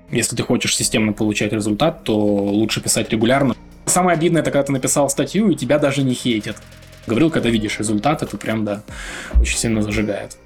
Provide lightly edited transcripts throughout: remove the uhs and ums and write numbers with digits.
Если ты хочешь системно получать результат, то лучше писать регулярно. Самое обидное, это когда ты написал статью, и тебя даже не хейтят. Говорил, когда видишь результат, это прям, да, очень сильно зажигает.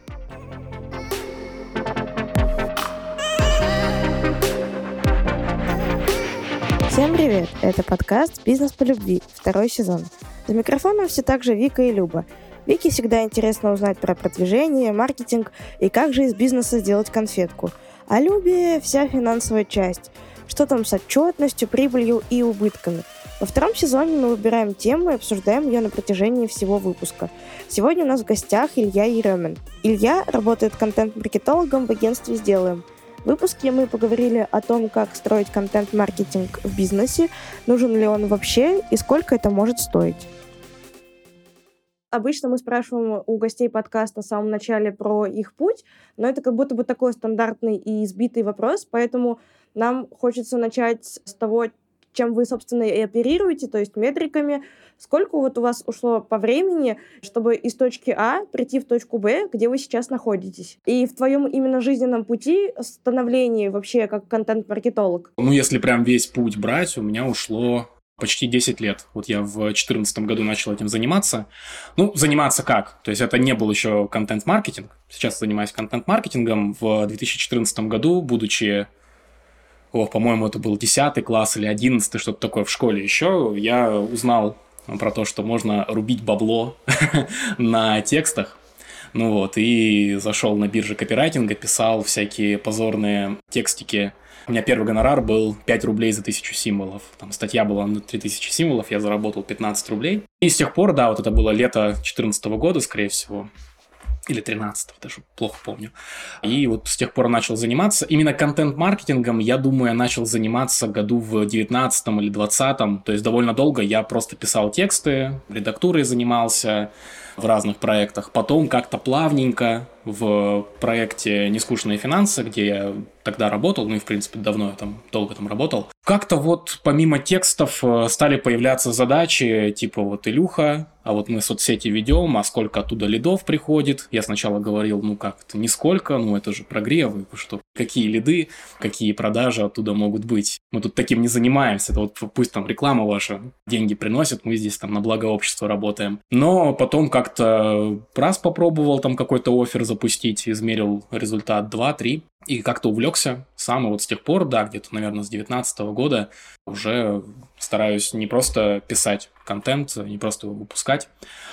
Всем привет! Это подкаст «Бизнес по любви», 2 сезон. За микрофоном все так же Вика и Люба. Вике всегда интересно узнать про продвижение, маркетинг и как же из бизнеса сделать конфетку. А Любе вся финансовая часть. Что там с отчетностью, прибылью и убытками. Во 2 сезоне мы выбираем тему и обсуждаем ее на протяжении всего выпуска. Сегодня у нас в гостях Илья Еремин. Илья работает контент-маркетологом в агентстве «Сделаем». В выпуске мы поговорили о том, как строить контент-маркетинг в бизнесе, нужен ли он вообще и сколько это может стоить. Обычно мы спрашиваем у гостей подкаста в самом начале про их путь, но это как будто бы такой стандартный и избитый вопрос, поэтому нам хочется начать с того, чем вы, собственно, и оперируете, то есть метриками. Сколько вот у вас ушло по времени, чтобы из точки А прийти в точку Б, где вы сейчас находитесь? И в твоем именно жизненном пути становления вообще как контент-маркетолог? Если прям весь путь брать, у меня ушло почти 10 лет. Вот я в 2014 году начал этим заниматься. Заниматься как? То есть это не был еще контент-маркетинг. Сейчас занимаюсь контент-маркетингом. В 2014 году, будучи... по-моему, это был 10 класс или 11, что-то такое в школе еще, я узнал про то, что можно рубить бабло на текстах. И зашел на биржу копирайтинга, писал всякие позорные текстики. У меня первый гонорар был 5 рублей за 1000 символов. Там статья была на 3000 символов, я заработал 15 рублей. И с тех пор, да, вот это было лето 2014 года, скорее всего. Или 13-го, даже плохо помню. И вот с тех пор начал заниматься. Именно контент-маркетингом, я думаю, я начал заниматься году в 19-м или 20-м. То есть довольно долго я просто писал тексты, редактурой занимался в разных проектах. Потом как-то плавненько в проекте «Нескучные финансы», где я тогда работал, и, в принципе, давно я долго там работал. Как-то вот помимо текстов стали появляться задачи, типа Илюха, а вот мы соцсети ведем, а сколько оттуда лидов приходит? Я сначала говорил, это нисколько, это же прогревы, что какие лиды, какие продажи оттуда могут быть. Мы тут таким не занимаемся, это пусть там реклама ваша деньги приносит, мы здесь там на благо общества работаем. Но потом как-то раз попробовал там какой-то оффер запустить, измерил результат 2-3, и как-то увлекся сам, и вот с тех пор, да, где-то, наверное, с 2019 года уже стараюсь не просто писать контент, не просто его выпускать,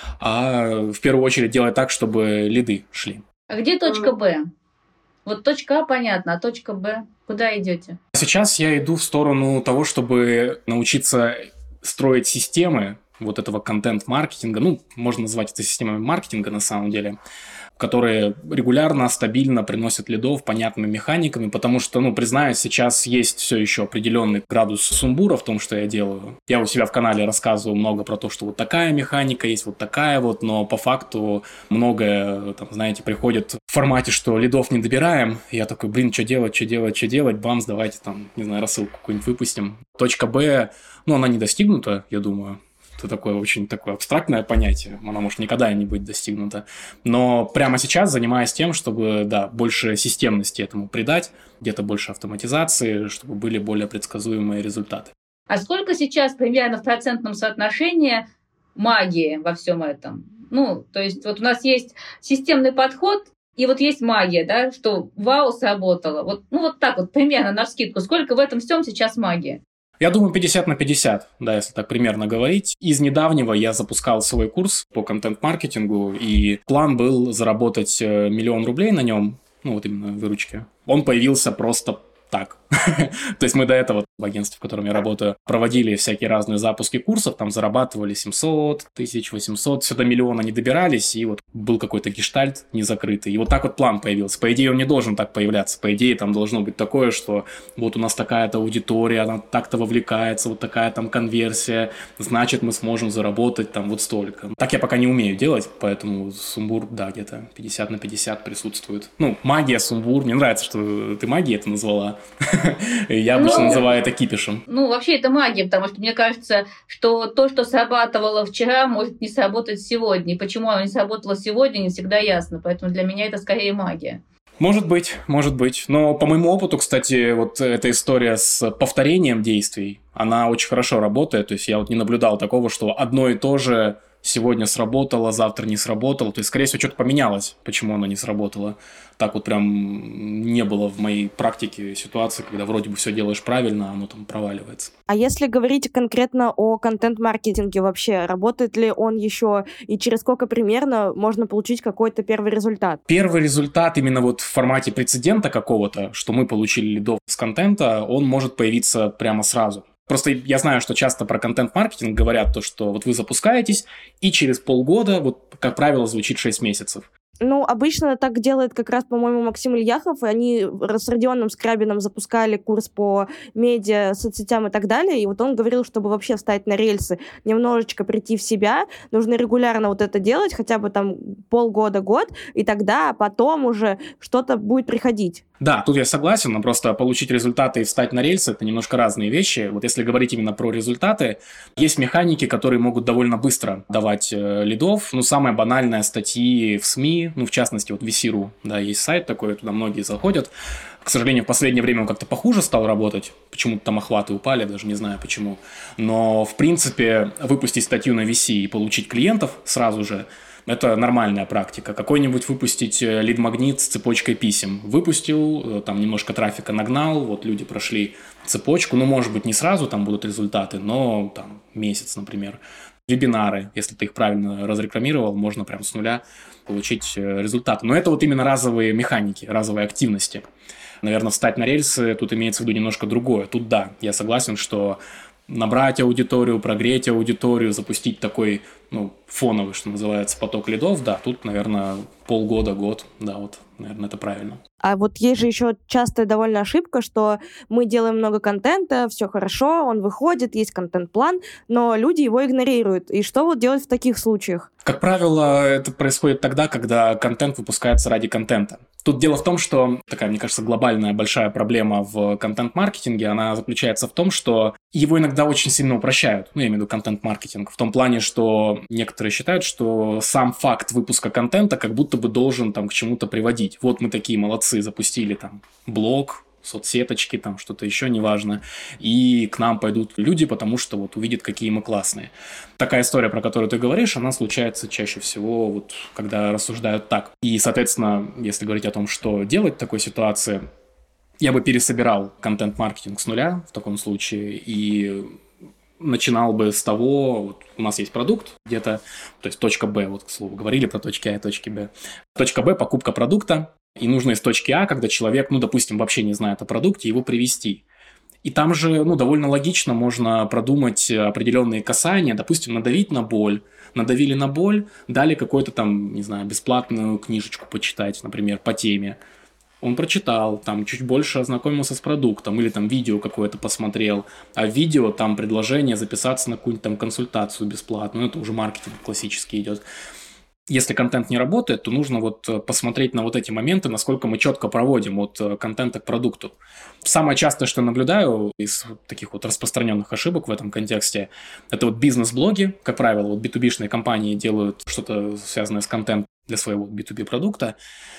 а в первую очередь делать так, чтобы лиды шли. А где точка Б? Вот точка А понятно, а точка Б? Куда идете? Сейчас я иду в сторону того, чтобы научиться строить системы вот этого контент-маркетинга, можно назвать это системами маркетинга на самом деле, которые регулярно, стабильно приносят лидов понятными механиками, потому что, признаюсь, сейчас есть все еще определенный градус сумбура в том, что я делаю. Я у себя в канале рассказываю много про то, что вот такая механика есть, вот такая вот, но по факту многое, приходит в формате, что лидов не добираем. Я такой, что делать, бамс, давайте рассылку какую-нибудь выпустим. Точка Б, она не достигнута, я думаю. Это такое очень абстрактное понятие, оно может никогда не быть достигнуто. Но прямо сейчас занимаюсь тем, чтобы, больше системности этому придать, где-то больше автоматизации, чтобы были более предсказуемые результаты. А сколько сейчас примерно в процентном соотношении магии во всем этом? То есть вот у нас есть системный подход, и вот есть магия, да, что вау, сработало. Вот так вот примерно навскидку. Сколько в этом всем сейчас магии? Я думаю, 50/50, если так примерно говорить. Из недавнего я запускал свой курс по контент-маркетингу, и план был заработать 1 000 000 рублей на нем, именно выручки. Он появился просто так. То есть мы до этого в агентстве, в котором я работаю, проводили всякие разные запуски курсов, там зарабатывали 700 тысяч, 800, все до 1 000 000 не добирались, и вот был какой-то гештальт незакрытый. И вот так вот план появился. По идее, он не должен так появляться. По идее, там должно быть такое, что вот у нас такая-то аудитория, она так-то вовлекается, вот такая там конверсия, значит, мы сможем заработать там вот столько. Так я пока не умею делать, поэтому сумбур, где-то 50/50 присутствует. Магия, сумбур. Мне нравится, что ты магией это назвала. Я обычно называю это кипишем. Вообще это магия, потому что мне кажется, что то, что срабатывало вчера, может не сработать сегодня. И почему оно не сработало сегодня, не всегда ясно. Поэтому для меня это скорее магия. Может быть, может быть. Но по моему опыту, кстати, вот эта история с повторением действий, она очень хорошо работает. То есть я вот не наблюдал такого, что одно и то же сегодня сработало, завтра не сработало. То есть, скорее всего, что-то поменялось, почему оно не сработало. Так вот прям не было в моей практике ситуации, когда вроде бы все делаешь правильно, а оно там проваливается. А если говорить конкретно о контент-маркетинге вообще, работает ли он еще и через сколько примерно можно получить какой-то первый результат? Первый результат именно вот в формате прецедента какого-то, что мы получили лидов с контента, он может появиться прямо сразу. Просто я знаю, что часто про контент-маркетинг говорят то, что вот вы запускаетесь, и через полгода, вот как правило, звучит 6 месяцев. Ну, обычно так делает как раз, по-моему, Максим Ильяхов, и они с Родионом Скрябиным запускали курс по медиа, соцсетям и так далее, и вот он говорил, чтобы вообще встать на рельсы, немножечко прийти в себя, нужно регулярно вот это делать, хотя бы там полгода-год, и тогда потом уже что-то будет приходить. Да, тут я согласен, но просто получить результаты и встать на рельсы – это немножко разные вещи. Вот если говорить именно про результаты, есть механики, которые могут довольно быстро давать лидов. Ну, самая банальная статьи в СМИ, ну, в частности, вот VC.ru, да, есть сайт такой, туда многие заходят. К сожалению, в последнее время он как-то похуже стал работать, почему-то там охваты упали, даже не знаю почему. Но, в принципе, выпустить статью на VC и получить клиентов сразу же – это нормальная практика. Какой-нибудь выпустить лид-магнит с цепочкой писем. Выпустил, там немножко трафика нагнал, вот люди прошли цепочку. Ну, может быть, не сразу там будут результаты, но там месяц, например. Вебинары, если ты их правильно разрекламировал, можно прям с нуля получить результаты. Но это вот именно разовые механики, разовые активности. Наверное, встать на рельсы, тут имеется в виду немножко другое. Тут да, я согласен, что набрать аудиторию, прогреть аудиторию, запустить такой, ну, фоновый, что называется, поток лидов, да, тут, наверное, полгода, год, да, вот, наверное, это правильно. А вот есть же еще частая довольно ошибка, что мы делаем много контента, все хорошо, он выходит, есть контент-план, но люди его игнорируют. И что вот делать в таких случаях? Как правило, это происходит тогда, когда контент выпускается ради контента. Тут дело в том, что такая, мне кажется, глобальная большая проблема в контент-маркетинге, она заключается в том, что его иногда очень сильно упрощают. Ну, я имею в виду контент-маркетинг. В том плане, что некоторые считают, что сам факт выпуска контента как будто бы должен там к чему-то приводить. Вот мы такие молодцы, запустили там блог, соцсеточки, там что-то еще, неважно, и к нам пойдут люди, потому что вот увидят, какие мы классные. Такая история, про которую ты говоришь, она случается чаще всего, вот, когда рассуждают так. И, соответственно, если говорить о том, что делать в такой ситуации, я бы пересобирал контент-маркетинг с нуля в таком случае и начинал бы с того, вот у нас есть продукт где-то, то есть точка Б, вот, к слову, говорили про точки А и точки Б. Точка Б – покупка продукта, и нужно из точки А, когда человек, ну, допустим, вообще не знает о продукте, его привести. И там же, ну, довольно логично можно продумать определенные касания, допустим, надавить на боль. Надавили на боль, дали какую-то там, не знаю, бесплатную книжечку почитать, например, по теме. Он прочитал, там чуть больше ознакомился с продуктом или там видео какое-то посмотрел, а в видео там предложение записаться на какую-нибудь там консультацию бесплатную, это уже маркетинг классический идет. Если контент не работает, то нужно вот посмотреть на вот эти моменты, насколько мы четко проводим от контента к продукту. Самое частое, что я наблюдаю из таких вот распространенных ошибок в этом контексте, это вот бизнес-блоги. Как правило, вот B2B-шные компании делают что-то связанное с контентом для своего B2B продукта,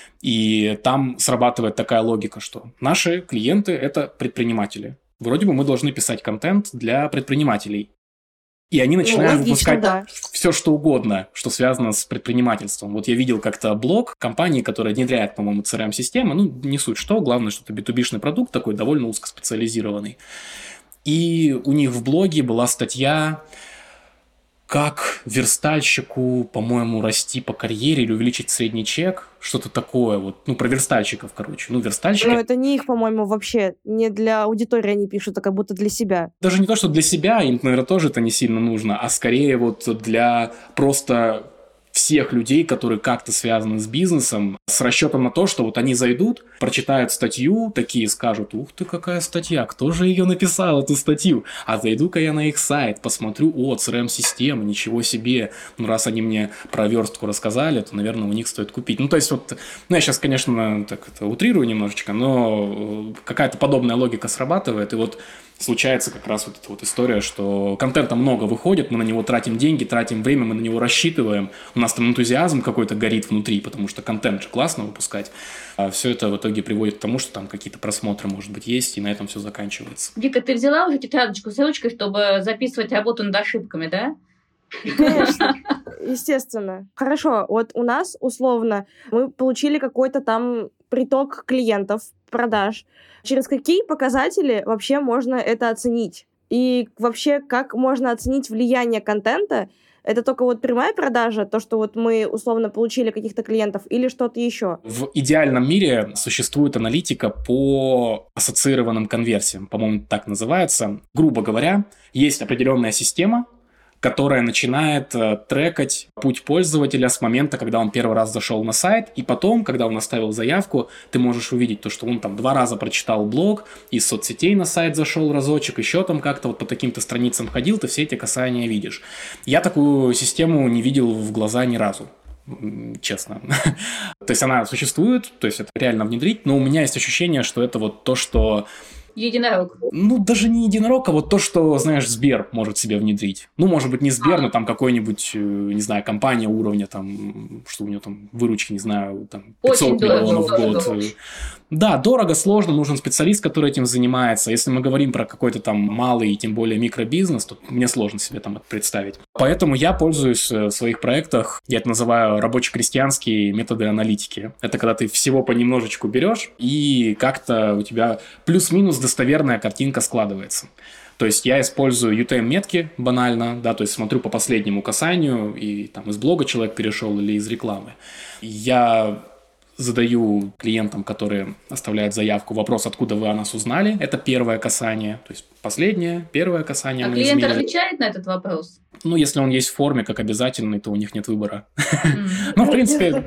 и там срабатывает такая логика, что наши клиенты – это предприниматели. Вроде бы мы должны писать контент для предпринимателей. И они начинают выпускать все, что угодно, что связано с предпринимательством. Вот я видел как-то блог компании, которая внедряет, по-моему, CRM-системы. Ну, не суть что, главное, что это B2B-шный продукт такой, довольно узкоспециализированный. И у них в блоге была статья, как верстальщику, по-моему, расти по карьере или увеличить средний чек, что-то такое вот, ну, про верстальщиков, короче. Ну, верстальщики... Но это не их, по-моему, вообще, не для аудитории они пишут, а как будто для себя. Даже не то, что для себя, им, наверное, тоже это не сильно нужно, а скорее вот для просто всех людей, которые как-то связаны с бизнесом, с расчетом на то, что вот они зайдут, прочитают статью, такие скажут: ух ты, какая статья, кто же ее написал, эту статью? А зайду-ка я на их сайт, посмотрю, о, CRM-система, ничего себе. Ну, раз они мне про верстку рассказали, то, наверное, у них стоит купить. Ну, то есть вот, ну, я сейчас, конечно, так это утрирую немножечко, но какая-то подобная логика срабатывает, и вот случается как раз вот эта вот история, что контента много выходит, мы на него тратим деньги, тратим время, мы на него рассчитываем, у нас там энтузиазм какой-то горит внутри, потому что контент же классно выпускать, а все это в итоге приводит к тому, что там какие-то просмотры, может быть, есть, и на этом все заканчивается. Вика, ты взяла уже тетрадочку с ручкой, чтобы записывать работу над ошибками, да? Конечно, естественно. Хорошо, вот у нас, условно, мы получили какой-то там приток клиентов, продаж. Через какие показатели вообще можно это оценить? И вообще, как можно оценить влияние контента? Это только вот прямая продажа, то, что вот мы условно получили каких-то клиентов, или что-то еще? В идеальном мире существует аналитика по ассоциированным конверсиям, по-моему, так называется. Грубо говоря, есть определенная система, которая начинает трекать путь пользователя с момента, когда он первый раз зашел на сайт, и потом, когда он оставил заявку, ты можешь увидеть то, что он там 2 раза прочитал блог, из соцсетей на сайт зашел разочек, еще там как-то вот по таким-то страницам ходил, ты все эти касания видишь. Я такую систему не видел в глаза ни разу. Честно. То есть она существует, то есть это реально внедрить, но у меня есть ощущение, что это вот то, что... Единорог. Ну, даже не единорог, а вот то, что, знаешь, Сбер может себе внедрить. Ну, может быть, не Сбер, но там какой-нибудь, не знаю, компания уровня, там, что у нее там выручки, не знаю, там, 500 миллионов в год. Да, дорого, сложно, нужен специалист, который этим занимается. Если мы говорим про какой-то там малый и тем более микробизнес, то мне сложно себе там это представить. Поэтому я пользуюсь в своих проектах, я это называю рабоче-крестьянские методы аналитики. Это когда ты всего понемножечку берешь, и как-то у тебя плюс-минус достоверная картинка складывается. То есть я использую UTM-метки банально, да, то есть смотрю по последнему касанию, и там из блога человек перешел или из рекламы. Я задаю клиентам, которые оставляют заявку, вопрос, откуда вы о нас узнали. Это первое касание, то есть последнее, первое касание. А клиент отвечает на этот вопрос? Ну, если он есть в форме как обязательный, то у них нет выбора. Ну, в принципе...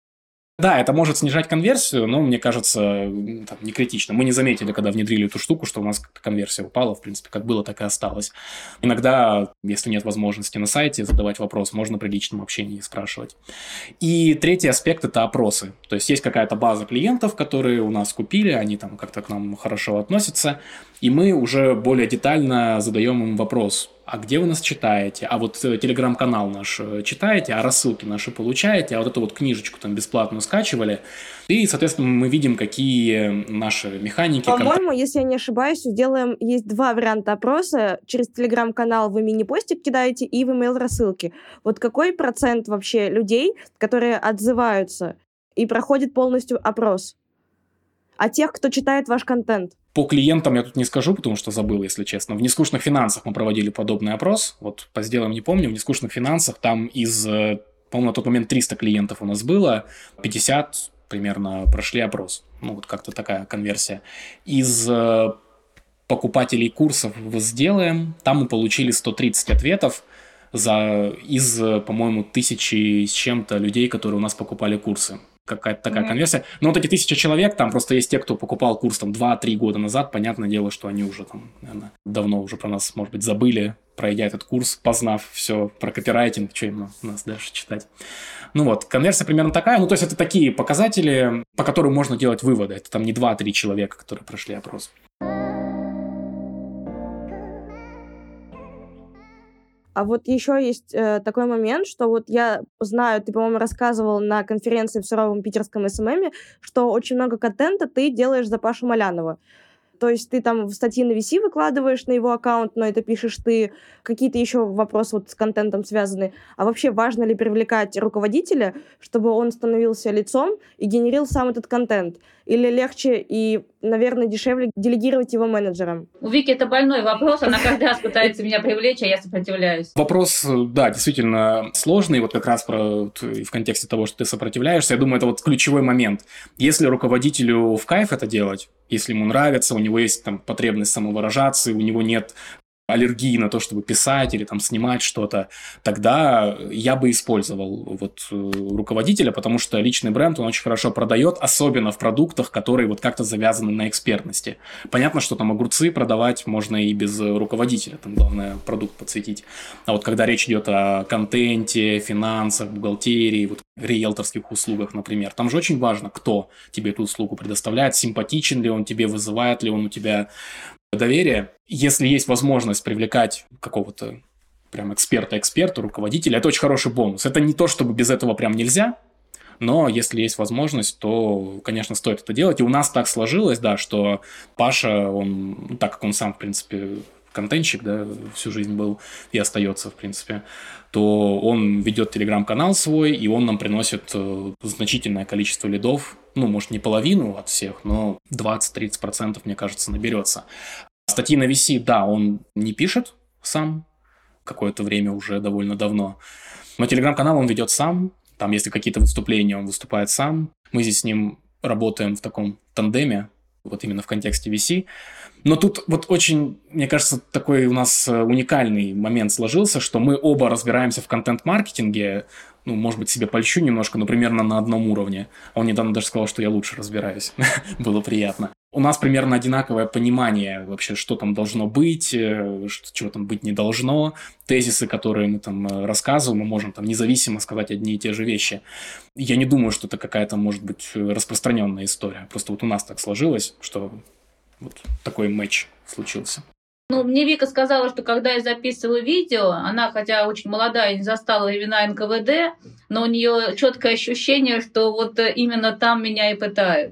Да, это может снижать конверсию, но, мне кажется, там, не критично. Мы не заметили, когда внедрили эту штуку, что у нас конверсия упала. В принципе, как было, так и осталось. Иногда, если нет возможности на сайте задавать вопрос, можно при личном общении спрашивать. И третий аспект – это опросы. То есть, есть какая-то база клиентов, которые у нас купили, они там как-то к нам хорошо относятся, и мы уже более детально задаем им вопрос – а где вы нас читаете, а вот телеграм-канал наш читаете, а рассылки наши получаете, а вот эту вот книжечку там бесплатную скачивали. И, соответственно, мы видим, какие наши механики... По-моему, если я не ошибаюсь, есть 2 варианта опроса. Через телеграм-канал вы мини-постик кидаете и в email-рассылки. Вот какой процент вообще людей, которые отзываются и проходит полностью опрос? А тех, кто читает ваш контент? По клиентам я тут не скажу, потому что забыл, если честно. В «Нескучных финансах» мы проводили подобный опрос. Вот по сделам не помню. В «Нескучных финансах» там из, по-моему, на тот момент 300 клиентов у нас было. 50 примерно прошли опрос. Ну, вот как-то такая конверсия. Из покупателей курсов в «Сделаем» там мы получили 130 ответов из, по-моему, 1000 с чем-то людей, которые у нас покупали курсы. Какая-то такая конверсия. Но вот эти 1000 человек, там просто есть те, кто покупал курс там 2-3 года назад. Понятное дело, что они уже там, наверное, давно уже про нас, может быть, забыли, пройдя этот курс, познав все про копирайтинг, что им у нас дальше читать. Ну вот, конверсия примерно такая. Ну, то есть это такие показатели, по которым можно делать выводы. Это там не 2-3 человека, которые прошли опрос. А вот еще есть такой момент, что вот я знаю, ты, по-моему, рассказывал на конференции в суровом питерском СММе, что очень много контента ты делаешь за Пашу Малянова. То есть ты там статьи на VC выкладываешь на его аккаунт, но это пишешь ты, какие-то еще вопросы вот с контентом связаны. А вообще важно ли привлекать руководителя, чтобы он становился лицом и генерил сам этот контент? Или легче и, наверное, дешевле делегировать его менеджерам? У Вики это больной вопрос, она каждый раз пытается меня привлечь, а я сопротивляюсь. Вопрос, да, действительно сложный, вот как раз в контексте того, что ты сопротивляешься, я думаю, это вот ключевой момент. Если руководителю в кайф это делать, если ему нравится, у него есть там потребность самовыражаться, у него нет аллергии на то, чтобы писать или там снимать что-то, тогда я бы использовал вот руководителя, потому что личный бренд, он очень хорошо продает, особенно в продуктах, которые вот как-то завязаны на экспертности. Понятно, что там огурцы продавать можно и без руководителя, там главное продукт подсветить. А вот когда речь идет о контенте, финансах, бухгалтерии, вот риэлторских услугах, например, там же очень важно, кто тебе эту услугу предоставляет, симпатичен ли он тебе, вызывает ли он у тебя доверие. Если есть возможность привлекать какого-то прям эксперта, руководителя, это очень хороший бонус. Это не то, чтобы без этого прям нельзя, но если есть возможность, то, конечно, стоит это делать. И у нас так сложилось, да, что Паша, он, так как он сам, в принципе, контентщик, да, всю жизнь был и остается, в принципе, то он ведет телеграм-канал свой, и он нам приносит значительное количество лидов, ну, может, не половину от всех, но 20-30%, мне кажется, наберется. Статьи на VC, да, он не пишет сам, какое-то время уже довольно давно, но телеграм-канал он ведет сам, там, если какие-то выступления, он выступает сам, мы здесь с ним работаем в таком тандеме, вот именно в контексте VC. Но тут вот очень, мне кажется, такой у нас уникальный момент сложился, что мы оба разбираемся в контент-маркетинге, ну, может быть, себе польщу немножко, но примерно на одном уровне. Он недавно даже сказал, что я лучше разбираюсь. Было приятно. У нас примерно одинаковое понимание вообще, что там должно быть, чего там быть не должно. Тезисы, которые мы там рассказываем, мы можем там независимо сказать одни и те же вещи. Я не думаю, что это какая-то, может быть, распространенная история. Просто вот у нас так сложилось, что вот такой матч случился. Ну, мне Вика сказала, что когда я записываю видео, она, хотя очень молодая, не застала времена НКВД, но у нее четкое ощущение, что вот именно там меня и пытают.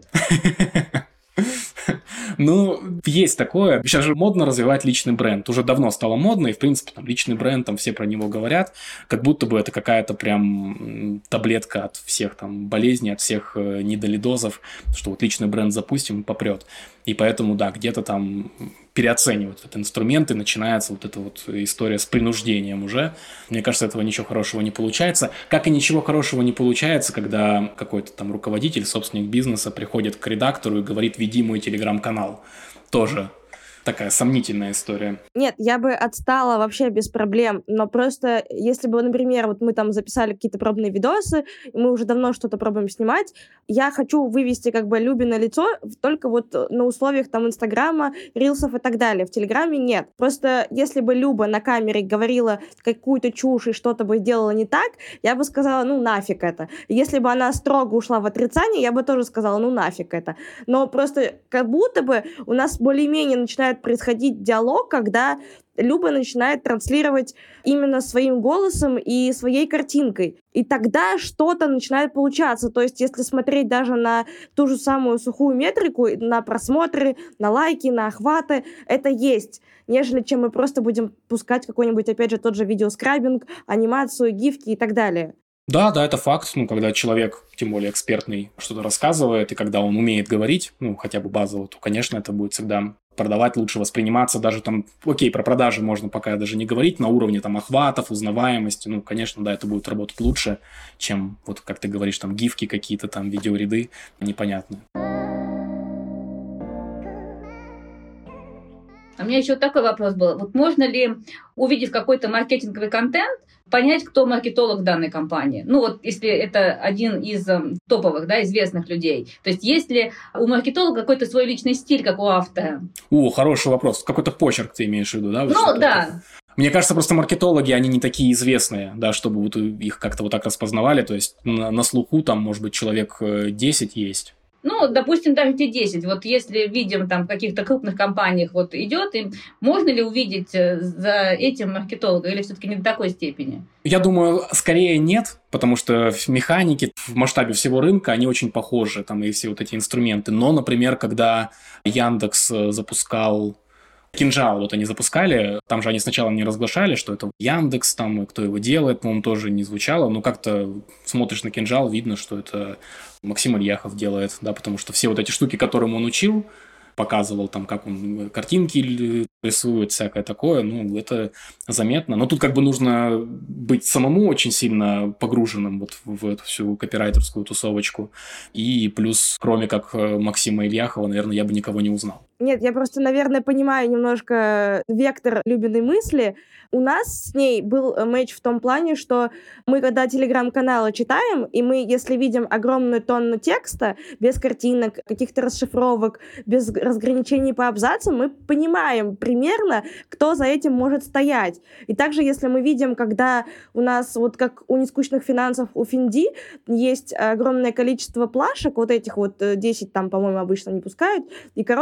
Ну, есть такое. Сейчас же модно развивать личный бренд. Уже давно стало модно, и, в принципе, там личный бренд, там все про него говорят, как будто бы это какая-то прям таблетка от всех там болезней, от всех недолидозов, что вот личный бренд запустим и попрет. И поэтому, да, где-то там переоценивают этот инструмент, и начинается вот эта вот история с принуждением уже. Мне кажется, этого ничего хорошего не получается. Как и ничего хорошего не получается, когда какой-то там руководитель, собственник бизнеса приходит к редактору и говорит: «Веди мой телеграм-канал». Тоже такая сомнительная история. Нет, я бы отстала вообще без проблем, но просто если бы, например, вот мы там записали какие-то пробные видосы, и мы уже давно что-то пробуем снимать, я хочу вывести как бы Любе на лицо только вот на условиях там Инстаграма, Рилсов и так далее. В Телеграме нет. Просто если бы Люба на камере говорила какую-то чушь и что-то бы сделала не так, я бы сказала: ну нафиг это. Если бы она строго ушла в отрицание, я бы тоже сказала: ну нафиг это. Но просто как будто бы у нас более-менее начинает происходить диалог, когда Люба начинает транслировать именно своим голосом и своей картинкой. И тогда что-то начинает получаться. То есть, если смотреть даже на ту же самую сухую метрику, на просмотры, на лайки, на охваты, это есть. Нежели чем мы просто будем пускать какой-нибудь, опять же, тот же видеоскрайбинг, анимацию, гифки и так далее. Да, это факт. Ну, когда человек, тем более экспертный, что-то рассказывает, и когда он умеет говорить, ну, хотя бы базово, то, конечно, это будет всегда продавать, лучше восприниматься. Даже там, окей, про продажи можно пока даже не говорить, на уровне там охватов, узнаваемости. Ну, конечно, да, это будет работать лучше, чем, вот как ты говоришь, там гифки какие-то, там видеоряды непонятные. У меня еще такой вопрос был. Вот можно ли, увидев какой-то маркетинговый контент, понять, кто маркетолог данной компании? Ну вот если это один из топовых, да, известных людей. То есть есть ли у маркетолога какой-то свой личный стиль, как у автора? Хороший вопрос. Какой-то почерк ты имеешь в виду, да? Ну да. Мне кажется, просто маркетологи, они не такие известные, да, чтобы вот их как-то вот так распознавали. То есть на слуху там, может быть, человек 10 есть. Ну, допустим, даже те 10. Вот если видим там в каких-то крупных компаниях вот идет, и можно ли увидеть за этим маркетолога или все-таки не до такой степени? Я думаю, скорее нет, потому что механики в масштабе всего рынка, они очень похожи, там и все вот эти инструменты. Но, например, когда Яндекс запускал Кинжал, вот они запускали, там же они сначала не разглашали, что это Яндекс, там, и кто его делает, по-моему, тоже не звучало, но как-то смотришь на Кинжал, видно, что это Максим Ильяхов делает, да, потому что все вот эти штуки, которым он учил, показывал там, как он картинки рисует, всякое такое, ну, это заметно. Но тут как бы нужно быть самому очень сильно погруженным вот в эту всю копирайтерскую тусовочку. И плюс, кроме как Максима Ильяхова, наверное, я бы никого не узнал. Нет, я просто, наверное, понимаю немножко вектор Любиной мысли. У нас с ней был матч в том плане, что мы, когда телеграм-каналы читаем, и мы, если видим огромную тонну текста, без картинок, каких-то расшифровок, без разграничений по абзацам, мы понимаем примерно, кто за этим может стоять. И также, если мы видим, когда у нас, вот как у нескучных финансов, у Финди, есть огромное количество плашек, вот этих вот 10 там, по-моему, обычно не пускают, и короткая текст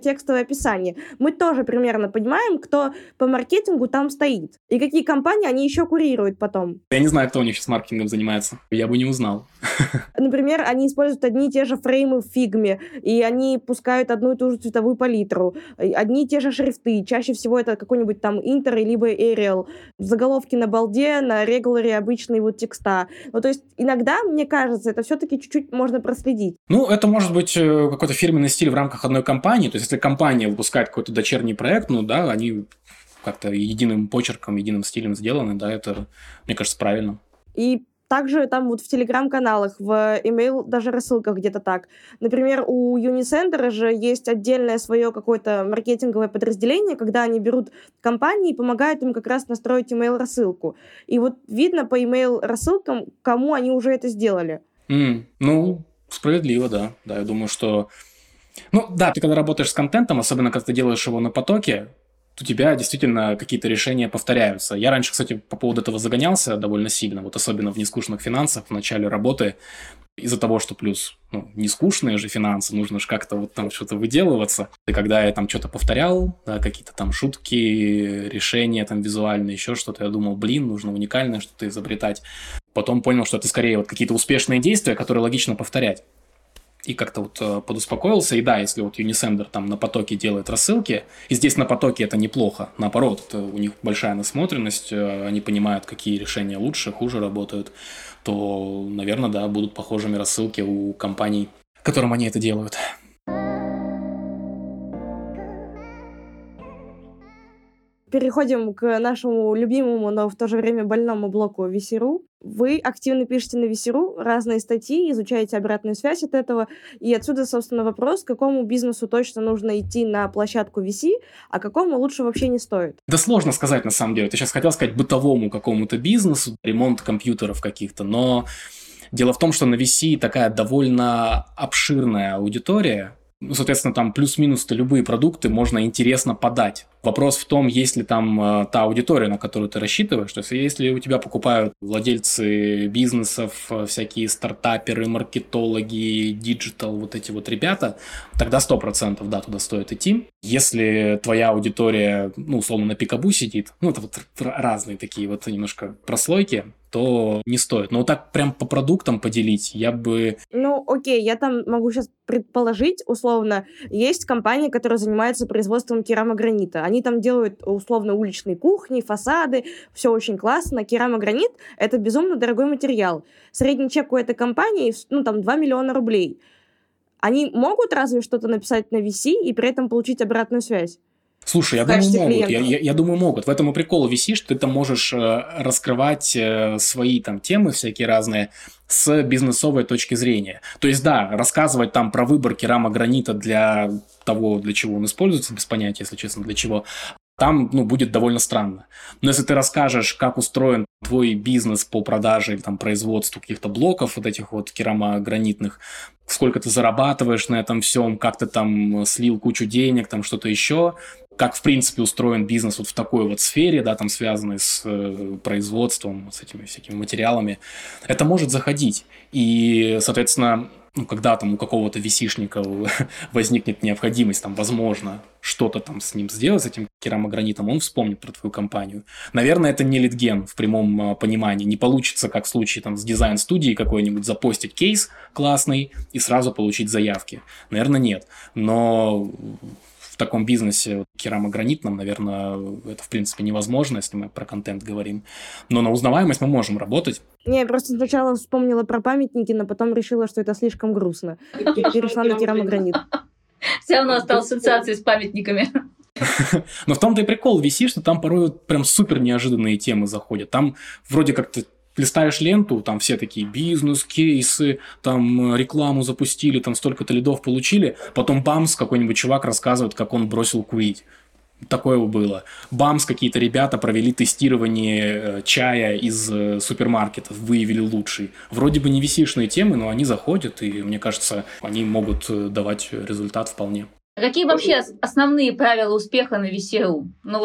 текстовое описание, мы тоже примерно понимаем, кто по маркетингу там стоит. И какие компании они еще курируют потом. Я не знаю, кто у них сейчас маркетингом занимается. Я бы не узнал. Например, они используют одни и те же фреймы в фигме, и они пускают одну и ту же цветовую палитру, одни и те же шрифты. Чаще всего это какой-нибудь там Inter либо Arial. Заголовки на балде, на регуларе обычные вот текста. Ну, то есть иногда, мне кажется, это все-таки чуть-чуть можно проследить. Ну, это может быть какой-то фирменный стиль в рамках одной компании. То есть, если компания выпускает какой-то дочерний проект, ну да, они как-то единым почерком, единым стилем сделаны, да, это, мне кажется, правильно. И также там вот в телеграм-каналах, в email даже рассылках где-то так. Например, у Unicenter же есть отдельное свое какое-то маркетинговое подразделение, когда они берут компании и помогают им как раз настроить email-рассылку. И вот видно по email-рассылкам, кому они уже это сделали. Ну, справедливо, да. Да, я думаю, что... Ну, да, ты когда работаешь с контентом, особенно когда ты делаешь его на потоке, у тебя действительно какие-то решения повторяются. Я раньше, кстати, по поводу этого загонялся довольно сильно, вот особенно в нескучных финансах в начале работы, из-за того, что плюс нескучные же финансы, нужно же как-то вот там что-то выделываться. И когда я там что-то повторял, да, какие-то там шутки, решения там визуальные, еще что-то, я думал, нужно уникальное что-то изобретать. Потом понял, что это скорее вот какие-то успешные действия, которые логично повторять. И как-то вот подуспокоился. И да, если вот Unicenter там на потоке делает рассылки, и здесь на потоке это неплохо, наоборот, это у них большая насмотренность, они понимают, какие решения лучше, хуже работают, то, наверное, да, будут похожими рассылки у компаний, которым они это делают. Переходим к нашему любимому, но в то же время больному блоку VC.ru. Вы активно пишете на VC.ru разные статьи, изучаете обратную связь от этого, и отсюда, собственно, вопрос, какому бизнесу точно нужно идти на площадку VC, а какому лучше вообще не стоит? Да сложно сказать, на самом деле. Ты сейчас хотел сказать бытовому какому-то бизнесу, ремонт компьютеров каких-то, но дело в том, что на VC такая довольно обширная аудитория. Ну, соответственно, там плюс-минус-то любые продукты можно интересно подать. Вопрос в том, есть ли там та аудитория, на которую ты рассчитываешь. То есть, если у тебя покупают владельцы бизнесов, всякие стартаперы, маркетологи, диджитал, вот эти вот ребята, тогда 100%, да, туда стоит идти. Если твоя аудитория, условно, на Пикабу сидит, это вот разные такие вот немножко прослойки, то не стоит. Но вот так прям по продуктам поделить я бы... Окей, я там могу сейчас предположить, условно, есть компания, которая занимается производством керамогранита. Они там делают, условно, уличные кухни, фасады, все очень классно. Керамогранит — это безумно дорогой материал. Средний чек у этой компании, 2 миллиона рублей. Они могут разве что-то написать на VC и при этом получить обратную связь? Слушай, я думаю, могут. Я думаю, могут. В этом и прикол VC, что ты там можешь раскрывать свои там темы всякие разные с бизнесовой точки зрения. То есть, да, рассказывать там про выбор керамогранита для того, для чего он используется, без понятия, если честно, для чего, там, будет довольно странно. Но если ты расскажешь, как устроен твой бизнес по продаже или там производству каких-то блоков вот этих вот керамогранитных, сколько ты зарабатываешь на этом всем, как ты там слил кучу денег, там что-то еще, как, в принципе, устроен бизнес вот в такой вот сфере, да, там связанной с производством, с этими всякими материалами, это может заходить. И, соответственно, когда там у какого-то VC-шника возникнет необходимость, там, возможно, что-то там с ним сделать, с этим керамогранитом, он вспомнит про твою компанию. Наверное, это не лидген в прямом понимании. Не получится, как в случае там с дизайн-студией какой-нибудь, запостить кейс классный и сразу получить заявки. Наверное, нет. Но в таком бизнесе керамогранитном, наверное, это, в принципе, невозможно, если мы про контент говорим. Но на узнаваемость мы можем работать. Я просто сначала вспомнила про памятники, но потом решила, что это слишком грустно. И перешла на керамогранит. Все равно осталась ассоциация с памятниками. Но в том-то и прикол VC, что там порой прям супер неожиданные темы заходят. Там вроде как ты листаешь ленту, там все такие бизнес-кейсы, там рекламу запустили, там столько-то лидов получили, потом бамс, какой-нибудь чувак рассказывает, как он бросил курить. Такое было. Бамс, какие-то ребята провели тестирование чая из супермаркетов, выявили лучший. Вроде бы не VC-шные темы, но они заходят, и мне кажется, они могут давать результат вполне. Какие вообще основные правила успеха на VC.ru?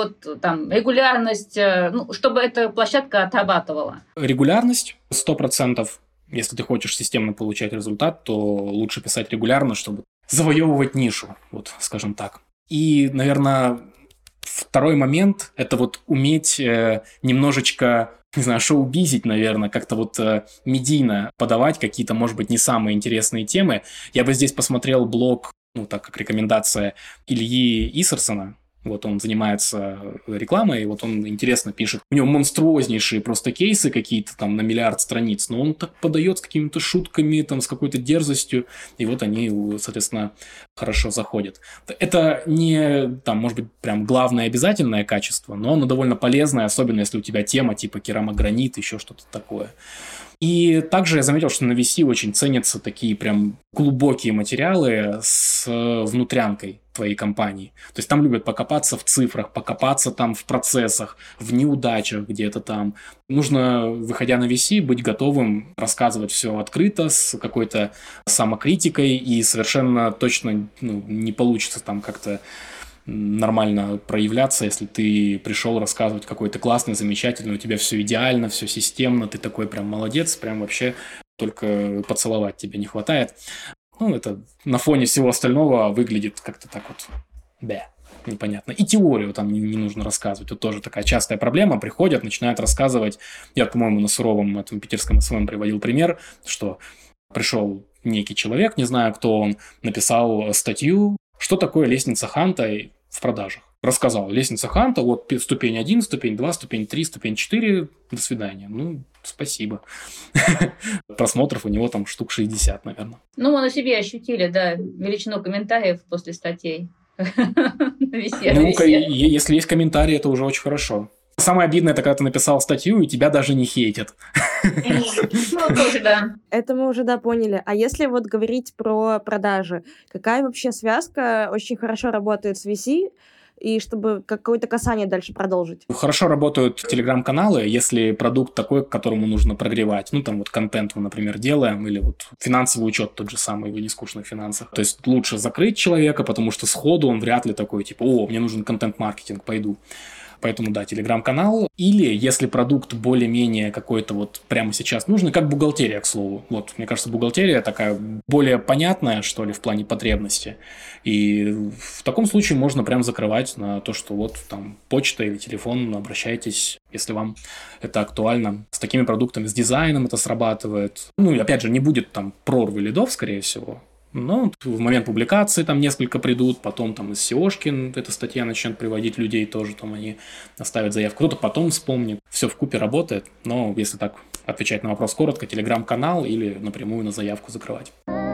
Там регулярность, чтобы эта площадка отрабатывала. Регулярность 100%. Если ты хочешь системно получать результат, то лучше писать регулярно, чтобы завоевывать нишу, вот скажем так. И, наверное, второй момент – это вот уметь немножечко, не знаю, шоу-бизить, наверное, как-то вот медийно подавать какие-то, может быть, не самые интересные темы. Я бы здесь посмотрел блог, ну, так как рекомендация Ильи Исерсона. Вот он занимается рекламой, и вот он интересно пишет. У него монструознейшие просто кейсы какие-то там на миллиард страниц, но он так подает с какими-то шутками, там, с какой-то дерзостью, и вот они, соответственно, хорошо заходят. Это не, там, может быть, прям главное обязательное качество, но оно довольно полезное, особенно если у тебя тема типа керамогранит, еще что-то такое. И также я заметил, что на VC очень ценятся такие прям глубокие материалы с внутрянкой твоей компании. То есть там любят покопаться в цифрах, покопаться там в процессах, в неудачах где-то там. Нужно, выходя на VC, быть готовым рассказывать все открыто, с какой-то самокритикой, и совершенно точно не получится там как-то нормально проявляться, если ты пришел рассказывать какой-то классный, замечательный, у тебя все идеально, все системно, ты такой прям молодец, прям вообще только поцеловать тебе не хватает. Ну, это на фоне всего остального выглядит как-то так вот, непонятно. И теорию там не нужно рассказывать. Это тоже такая частая проблема. Приходят, начинают рассказывать. Я, по-моему, на суровом этом питерском СММ приводил пример, что пришел некий человек, не знаю, кто он, написал статью, что такое лестница Ханта в продажах. Рассказал, лестница Ханта, вот ступень 1, ступень 2, ступень 3, ступень 4, до свидания. Ну, спасибо. Просмотров у него там штук 60, наверное. Ну, мы на себе ощутили, да, величину комментариев после статей. Если есть комментарии, это уже очень хорошо. Самое обидное, это когда ты написал статью, и тебя даже не хейтят. Ну, тоже, да. Это мы уже, да, поняли. А если вот говорить про продажи, какая вообще связка очень хорошо работает с VC, и чтобы какое-то касание дальше продолжить? Хорошо работают телеграм-каналы, если продукт такой, к которому нужно прогревать. Ну, там вот контент мы, например, делаем, или вот финансовый учет тот же самый в нескучных финансах. То есть лучше закрыть человека, потому что сходу он вряд ли такой, типа, о, мне нужен контент-маркетинг, пойду. Поэтому, да, телеграм-канал. Или, если продукт более-менее какой-то вот прямо сейчас нужный, как бухгалтерия, к слову. Вот, мне кажется, бухгалтерия такая более понятная, что ли, в плане потребности. И в таком случае можно прям закрывать на то, что вот там почта или телефон, обращайтесь, если вам это актуально. С такими продуктами, с дизайном это срабатывает. Ну, и опять же, не будет там прорвы лидов, скорее всего. Но в момент публикации там несколько придут, потом там из SEO-шки эта статья начнет приводить людей тоже, там они оставят заявку, кто-то потом вспомнит. Все вкупе работает, но если так отвечать на вопрос коротко, телеграм-канал или напрямую на заявку закрывать.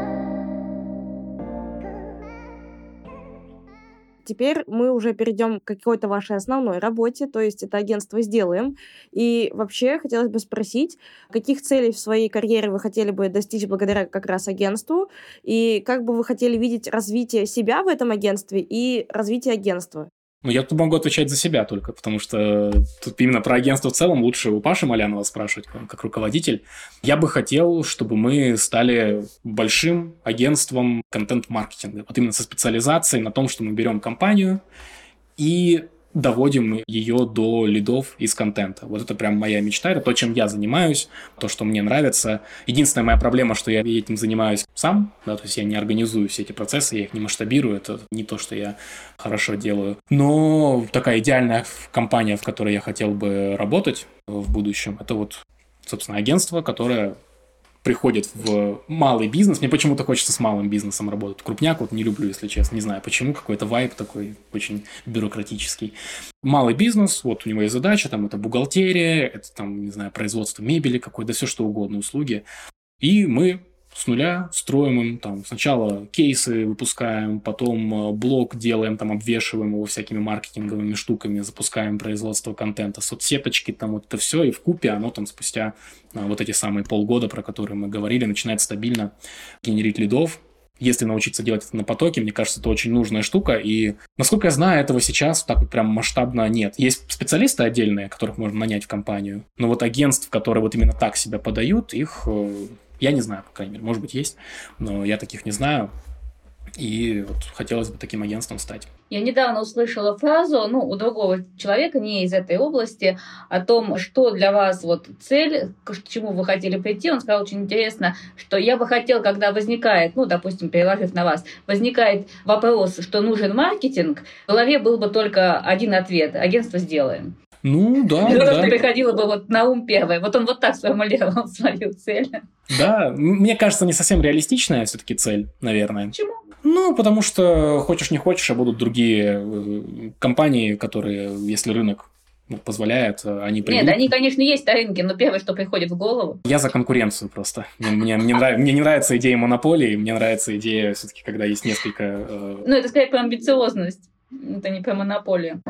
Теперь мы уже перейдем к какой-то вашей основной работе, то есть это агентство «Сделаем». И вообще хотелось бы спросить, каких целей в своей карьере вы хотели бы достичь благодаря как раз агентству, и как бы вы хотели видеть развитие себя в этом агентстве и развитие агентства? Ну, я тут могу отвечать за себя только, потому что тут именно про агентство в целом лучше у Паши Малянова спрашивать, как руководитель. Я бы хотел, чтобы мы стали большим агентством контент-маркетинга. Вот именно со специализацией на том, что мы берем компанию и доводим ее до лидов из контента. Вот это прям моя мечта, это то, чем я занимаюсь, то, что мне нравится. Единственная моя проблема, что я этим занимаюсь сам, да, то есть я не организую все эти процессы, я их не масштабирую, это не то, что я хорошо делаю. Но такая идеальная компания, в которой я хотел бы работать в будущем, это вот, собственно, агентство, которое приходит в малый бизнес. Мне почему-то хочется с малым бизнесом работать. Крупняк вот не люблю, если честно. Не знаю, почему. Какой-то вайб такой очень бюрократический. Малый бизнес, вот у него есть задача, там это бухгалтерия, это там, не знаю, производство мебели какой-то, все что угодно, услуги. И мы с нуля строим им там сначала кейсы выпускаем, потом блог делаем, там обвешиваем его всякими маркетинговыми штуками, запускаем производство контента, соцсеточки, там вот это все, и вкупе оно там спустя вот эти самые полгода, про которые мы говорили, начинает стабильно генерить лидов. Если научиться делать это на потоке, мне кажется, это очень нужная штука. И, насколько я знаю, этого сейчас так вот прям масштабно нет. Есть специалисты отдельные, которых можно нанять в компанию, но вот агентств, которые вот именно так себя подают, их... Я не знаю, по крайней мере, может быть, есть, но я таких не знаю. И вот хотелось бы таким агентством стать. Я недавно услышала фразу, у другого человека, не из этой области, о том, что для вас вот цель, к чему вы хотели прийти. Он сказал очень интересно, что я бы хотел, когда возникает, допустим, переложив на вас, возникает вопрос, что нужен маркетинг, в голове был бы только один ответ: агентство сделаем. Да. Что приходило бы вот на ум первое. Вот он вот так сформулировал свою цель. Да, мне кажется, не совсем реалистичная все-таки цель, наверное. Почему? Потому что хочешь не хочешь, а будут другие компании, которые, если рынок позволяет, они придут. Нет, они, конечно, есть на рынке, но первое, что приходит в голову. Я за конкуренцию просто. Мне не нравится идея монополии, мне нравится идея все-таки, когда есть несколько... Это скорее про амбициозность, это не про монополию.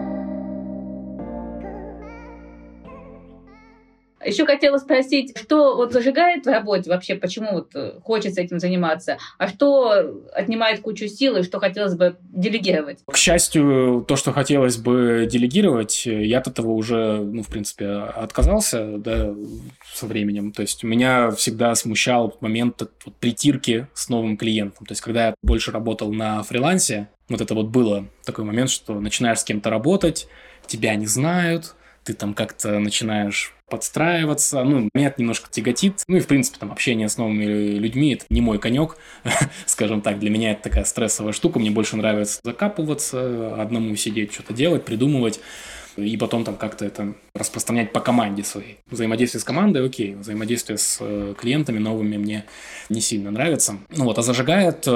Еще хотела спросить, что вот зажигает в работе вообще, почему вот хочется этим заниматься, а что отнимает кучу сил и что хотелось бы делегировать? К счастью, то, что хотелось бы делегировать, я от этого уже, в принципе, отказался, да, со временем. То есть меня всегда смущал момент притирки с новым клиентом. То есть когда я больше работал на фрилансе, вот это вот было такой момент, что начинаешь с кем-то работать, тебя не знают, ты там как-то начинаешь подстраиваться. Меня это немножко тяготит. И, в принципе, там общение с новыми людьми – это не мой конек, скажем так. Для меня это такая стрессовая штука. Мне больше нравится закапываться, одному сидеть, что-то делать, придумывать. И потом там как-то это распространять по команде своей. Взаимодействие с командой – окей. Взаимодействие с клиентами новыми мне не сильно нравится. А зажигает...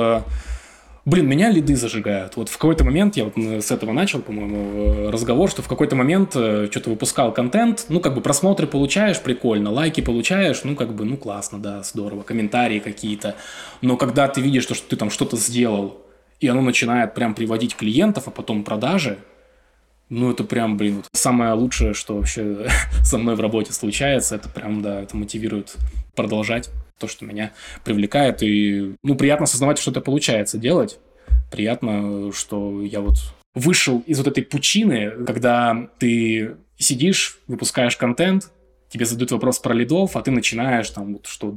меня лиды зажигают. Вот в какой-то момент, я вот с этого начал, по-моему, разговор, что в какой-то момент что-то выпускал контент, просмотры получаешь, прикольно, лайки получаешь, классно, да, здорово, комментарии какие-то. Но когда ты видишь, что ты там что-то сделал, и оно начинает прям приводить клиентов, а потом продажи, это прям, самое лучшее, что вообще со мной в работе случается, это прям, да, это мотивирует продолжать. То, что меня привлекает, и приятно осознавать, что это получается делать. Приятно, что я вот вышел из вот этой пучины, когда ты сидишь, выпускаешь контент, тебе задают вопрос про лидов, а ты начинаешь там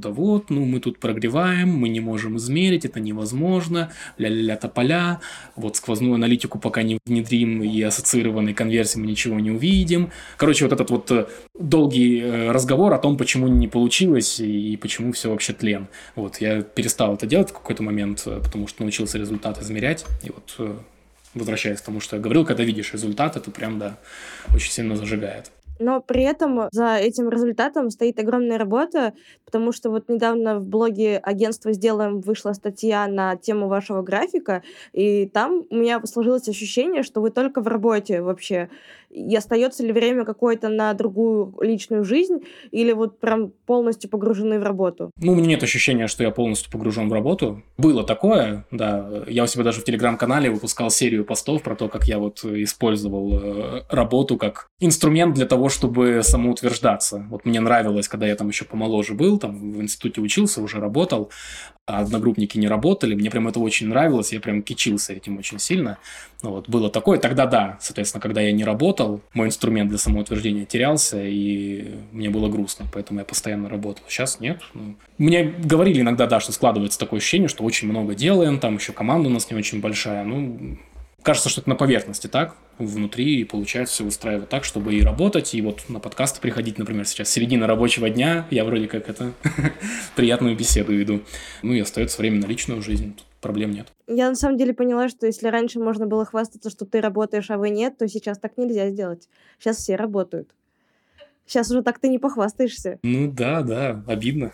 мы тут прогреваем, мы не можем измерить, это невозможно, ля-ля-ля тополя, сквозную аналитику пока не внедрим и ассоциированной конверсии мы ничего не увидим. Короче, вот этот долгий разговор о том, почему не получилось и почему все вообще тлен. Я перестал это делать в какой-то момент, потому что научился результат измерять, и возвращаясь к тому, что я говорил, когда видишь результат, это прям, да, очень сильно зажигает. Но при этом за этим результатом стоит огромная работа, потому что недавно в блоге агентства «Сделаем» вышла статья на тему вашего графика, и там у меня сложилось ощущение, что вы только в работе вообще. И остается ли время какое-то на другую личную жизнь, или прям полностью погружены в работу? У меня нет ощущения, что я полностью погружен в работу. Было такое, да. Я у себя даже в Телеграм-канале выпускал серию постов про то, как я использовал работу как инструмент для того, чтобы самоутверждаться. Мне нравилось, когда я там еще помоложе был, там в институте учился, уже работал, а одногруппники не работали. Мне прям это очень нравилось, я прям кичился этим очень сильно. Было такое. Тогда да, соответственно, когда я не работал, мой инструмент для самоутверждения терялся, и мне было грустно, поэтому я постоянно работал. Сейчас нет. Мне говорили иногда, да, что складывается такое ощущение, что очень много делаем, там еще команда у нас не очень большая. Кажется, что это на поверхности так, внутри, и получается все выстраивать так, чтобы и работать, и на подкасты приходить, например, сейчас середина рабочего дня, я вроде как приятную беседу веду. И остается время на личную жизнь, тут проблем нет. Я на самом деле поняла, что если раньше можно было хвастаться, что ты работаешь, а вы нет, то сейчас так нельзя сделать. Сейчас все работают. Сейчас уже так ты не похвастаешься. Да, обидно.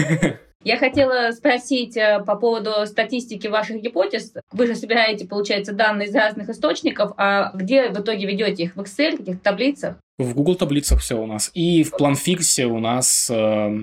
Я хотела спросить по поводу статистики ваших гипотез. Вы же собираете, получается, данные из разных источников, а где в итоге ведете их? В Excel, в каких-то таблицах? В Google таблицах все у нас. И в PlanFix у нас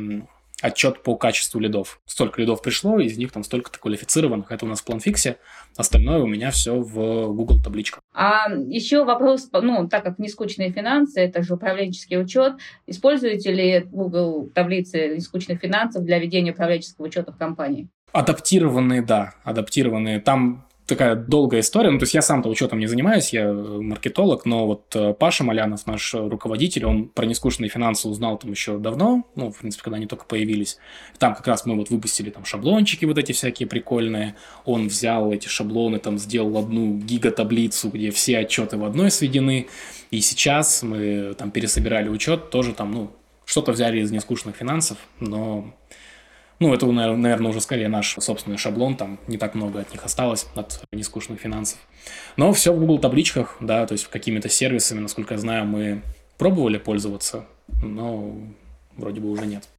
отчет по качеству лидов. Столько лидов пришло, из них там столько-то квалифицированных. Это у нас в PlanFix. Остальное у меня все в Google табличках. А еще вопрос, так как нескучные финансы, это же управленческий учет, используете ли Google таблицы нескучных финансов для ведения управленческого учета в компании? Адаптированные, да, адаптированные. Там такая долгая история. Ну, то есть я сам-то учетом не занимаюсь, я маркетолог, но вот Паша Малянов, наш руководитель, он про нескучные финансы узнал там еще давно, ну, в принципе, когда они только появились. Там как раз мы вот выпустили там шаблончики вот эти всякие прикольные. Он взял эти шаблоны, там сделал одну гигатаблицу, где все отчеты в одной сведены. И сейчас мы там пересобирали учет, тоже там, ну, что-то взяли из нескучных финансов, но... Ну, это, наверное, уже скорее наш собственный шаблон, там не так много от них осталось, от нескучных финансов. Но все в Google табличках, да, то есть какими-то сервисами, насколько я знаю, мы пробовали пользоваться, но вроде бы уже нет.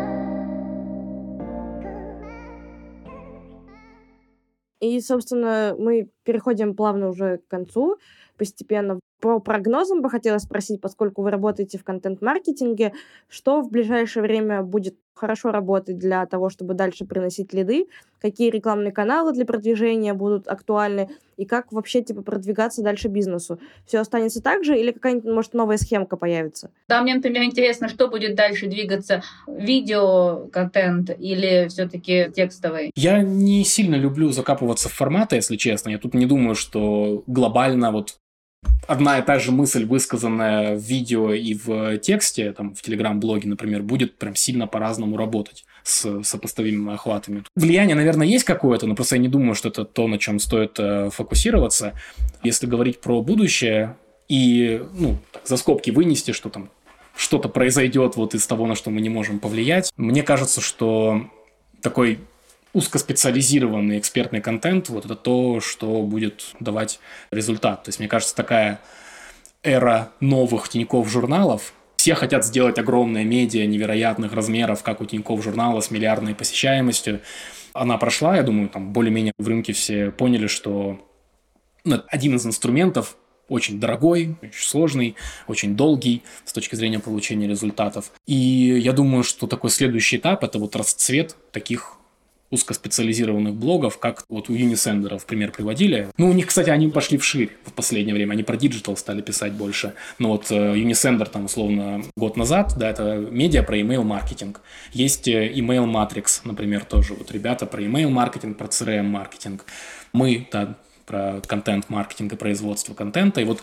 И, собственно, мы переходим плавно уже к концу, постепенно. По прогнозам бы хотела спросить, поскольку вы работаете в контент-маркетинге, что в ближайшее время будет хорошо работать для того, чтобы дальше приносить лиды, какие рекламные каналы для продвижения будут актуальны, и как вообще продвигаться дальше бизнесу. Все останется так же или какая-нибудь, может, новая схемка появится? Да, мне, например, интересно, что будет дальше двигаться, видео-контент или все-таки текстовый? Я не сильно люблю закапываться в форматы, если честно. Я тут не думаю, что глобально вот одна и та же мысль, высказанная в видео и в тексте, там, в Telegram-блоге, например, будет прям сильно по-разному работать с сопоставимыми охватами. Влияние, наверное, есть какое-то, но просто я не думаю, что это то, на чем стоит фокусироваться. Если говорить про будущее и, ну, так, за скобки вынести, что там что-то произойдет вот из того, на что мы не можем повлиять, мне кажется, что такой узкоспециализированный экспертный контент, вот это то, что будет давать результат. То есть, мне кажется, такая эра новых Тинькофф журналов. Все хотят сделать огромное медиа невероятных размеров, как у Тинькофф журнала с миллиардной посещаемостью. Она прошла, я думаю, там более-менее в рынке все поняли, что один из инструментов очень дорогой, очень сложный, очень долгий с точки зрения получения результатов. И я думаю, что такой следующий этап – это вот расцвет таких узкоспециализированных блогов, как вот у Unisender в пример приводили. Ну, у них, кстати, они пошли вширь в последнее время, они про диджитал стали писать больше. Но вот Unisender там, условно, год назад, да, это медиа про email-маркетинг. Есть Email Matrix, например, тоже. Вот ребята про email-маркетинг, про CRM-маркетинг. Мы, да, про контент-маркетинг и производство контента. И вот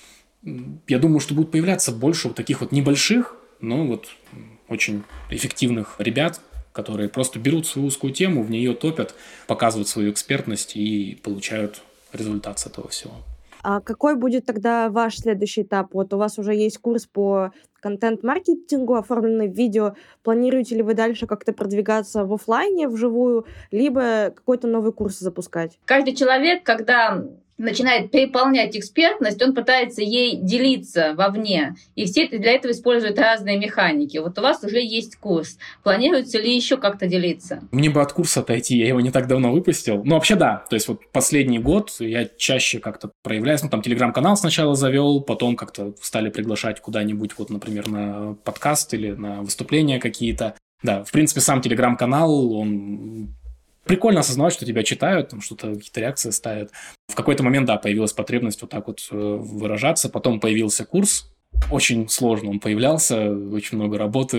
я думаю, что будет появляться больше вот таких вот небольших, но вот очень эффективных ребят, которые просто берут свою узкую тему, в нее топят, показывают свою экспертность и получают результат с этого всего. А какой будет тогда ваш следующий этап? Вот у вас уже есть курс по контент-маркетингу, оформленный в видео. Планируете ли вы дальше как-то продвигаться в офлайне, вживую, либо какой-то новый курс запускать? Каждый человек, когда начинает переполнять экспертность, он пытается ей делиться вовне. И все для этого используют разные механики. Вот у вас уже есть курс. Планируется ли еще как-то делиться? Мне бы от курса отойти, я его не так давно выпустил. Ну, вообще, да. То есть, вот последний год я чаще как-то проявляюсь. Ну, там, телеграм-канал сначала завел, потом как-то стали приглашать куда-нибудь, вот, например, на подкаст или на выступления какие-то. Да, в принципе, сам телеграм-канал, он... Прикольно осознавать, что тебя читают, там что-то, какие-то реакции ставят. В какой-то момент, да, появилась потребность вот так вот выражаться. Потом появился курс. Очень сложно он появлялся, очень много работы.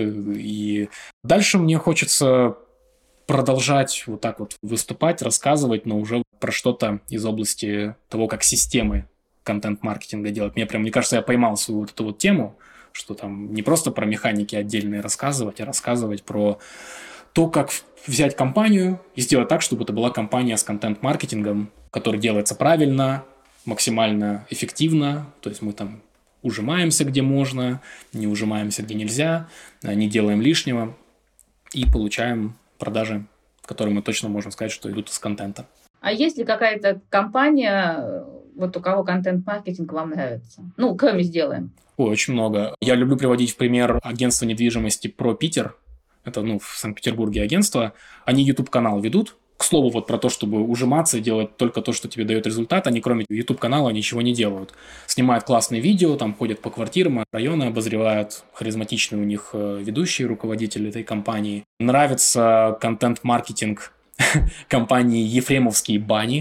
И дальше мне хочется продолжать вот так вот выступать, рассказывать, но уже про что-то из области того, как системы контент-маркетинга делать. Мне кажется, я поймал свою вот эту вот тему, что там не просто про механики отдельные рассказывать, а рассказывать про то, как взять компанию и сделать так, чтобы это была компания с контент-маркетингом, который делается правильно, максимально эффективно. То есть мы там ужимаемся, где можно, не ужимаемся, где нельзя, не делаем лишнего и получаем продажи, которые мы точно можем сказать, что идут из контента. А есть ли какая-то компания, вот у кого контент-маркетинг вам нравится? Ну, кроме «Сделаем». Ой, очень много. Я люблю приводить в пример агентство недвижимости «Про Питер». Это, в Санкт-Петербурге агентство. Они YouTube-канал ведут. К слову, вот про то, чтобы ужиматься и делать только то, что тебе дает результат. Они, кроме YouTube-канала, ничего не делают. Снимают классные видео, там ходят по квартирам, районы обозревают. Харизматичные у них ведущие, руководители этой компании. Нравится контент-маркетинг компании «Ефремовские бани».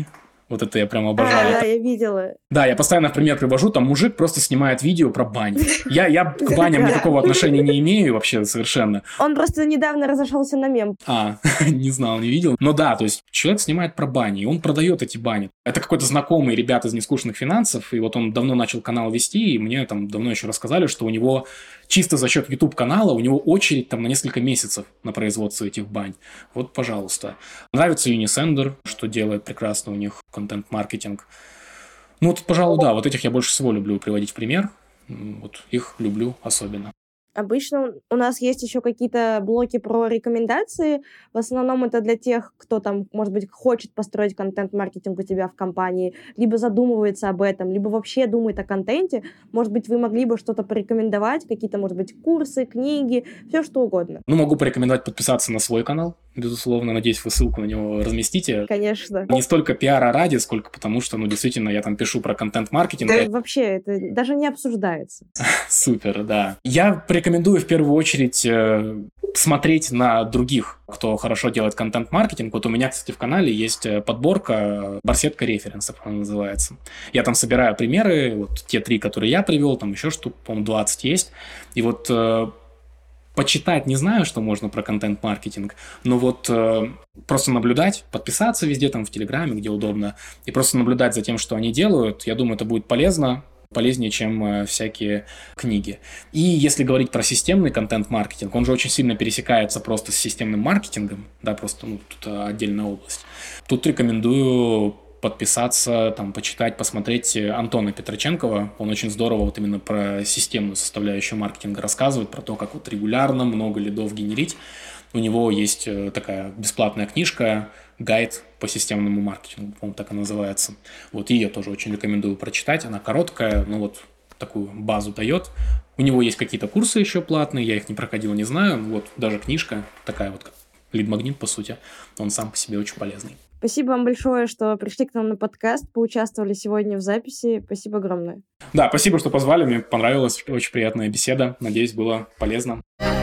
Вот это я прям обожаю. Да, я видела. Да, я постоянно в пример привожу, там мужик просто снимает видео про баню. Я к баням никакого отношения не имею вообще совершенно. Он просто недавно разошелся на мем. Не знал, не видел. Но да, то есть человек снимает про бани, и он продает эти бани. Это какой-то знакомый ребят из нескучных финансов, и вот он давно начал канал вести, и мне там давно еще рассказали, что у него чисто за счет YouTube-канала у него очередь там на несколько месяцев на производство этих бань. Вот, пожалуйста. Нравится Unisender, что делает прекрасно у них контент-маркетинг. Ну, вот, пожалуй, да, вот этих я больше всего люблю приводить в пример. Вот их люблю особенно. Обычно у нас есть еще какие-то блоки про рекомендации. В основном это для тех, кто там, может быть, хочет построить контент-маркетинг у тебя в компании, либо задумывается об этом, либо вообще думает о контенте. Может быть, вы могли бы что-то порекомендовать, какие-то, может быть, курсы, книги, все что угодно. Ну, могу порекомендовать подписаться на свой канал. Безусловно, надеюсь, вы ссылку на него разместите. Конечно. Не столько пиара ради, сколько потому что, действительно, я там пишу про контент-маркетинг. Да, вообще, это даже не обсуждается. Супер, да. Я рекомендую в первую очередь смотреть на других, кто хорошо делает контент-маркетинг. Вот у меня, кстати, в канале есть подборка «Барсетка референсов», она называется. Я там собираю примеры, вот те 3, которые я привел, там еще штук, по-моему, 20 есть. И вот почитать не знаю, что можно про контент-маркетинг, но вот просто наблюдать, подписаться везде, там в Телеграме, где удобно, и просто наблюдать за тем, что они делают, я думаю, это будет полезнее, чем всякие книги. И если говорить про системный контент-маркетинг, он же очень сильно пересекается просто с системным маркетингом, да, просто тут отдельная область. Тут рекомендую подписаться, там, почитать, посмотреть Антона Петроченкова. Он очень здорово вот именно про системную составляющую маркетинга рассказывает, про то, как вот регулярно много лидов генерить. У него есть такая бесплатная книжка, гайд по системному маркетингу, по-моему, так и называется. Вот ее тоже очень рекомендую прочитать. Она короткая, но вот такую базу дает. У него есть какие-то курсы еще платные, я их не проходил, не знаю. Вот даже книжка такая вот, как лид-магнит, по сути. Он сам по себе очень полезный. Спасибо вам большое, что пришли к нам на подкаст, поучаствовали сегодня в записи. Спасибо огромное. Да, спасибо, что позвали. Мне понравилась, очень приятная беседа. Надеюсь, было полезно.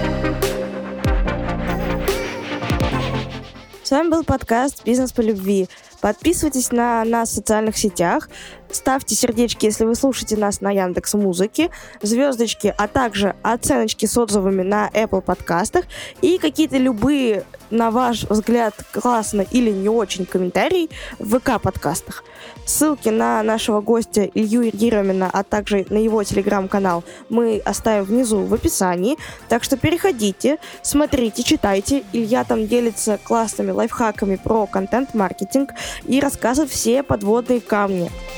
С вами был подкаст «Бизнес по любви». Подписывайтесь на нас в социальных сетях, ставьте сердечки, если вы слушаете нас на Яндекс.Музыке, звездочки, а также оценочки с отзывами на Apple подкастах и какие-то любые, на ваш взгляд, классно или не очень комментарии в ВК-подкастах. Ссылки на нашего гостя Илью Еремина, а также на его телеграм-канал мы оставим внизу в описании, так что переходите, смотрите, читайте. Илья там делится классными лайфхаками про контент-маркетинг и рассказывает все подводные камни.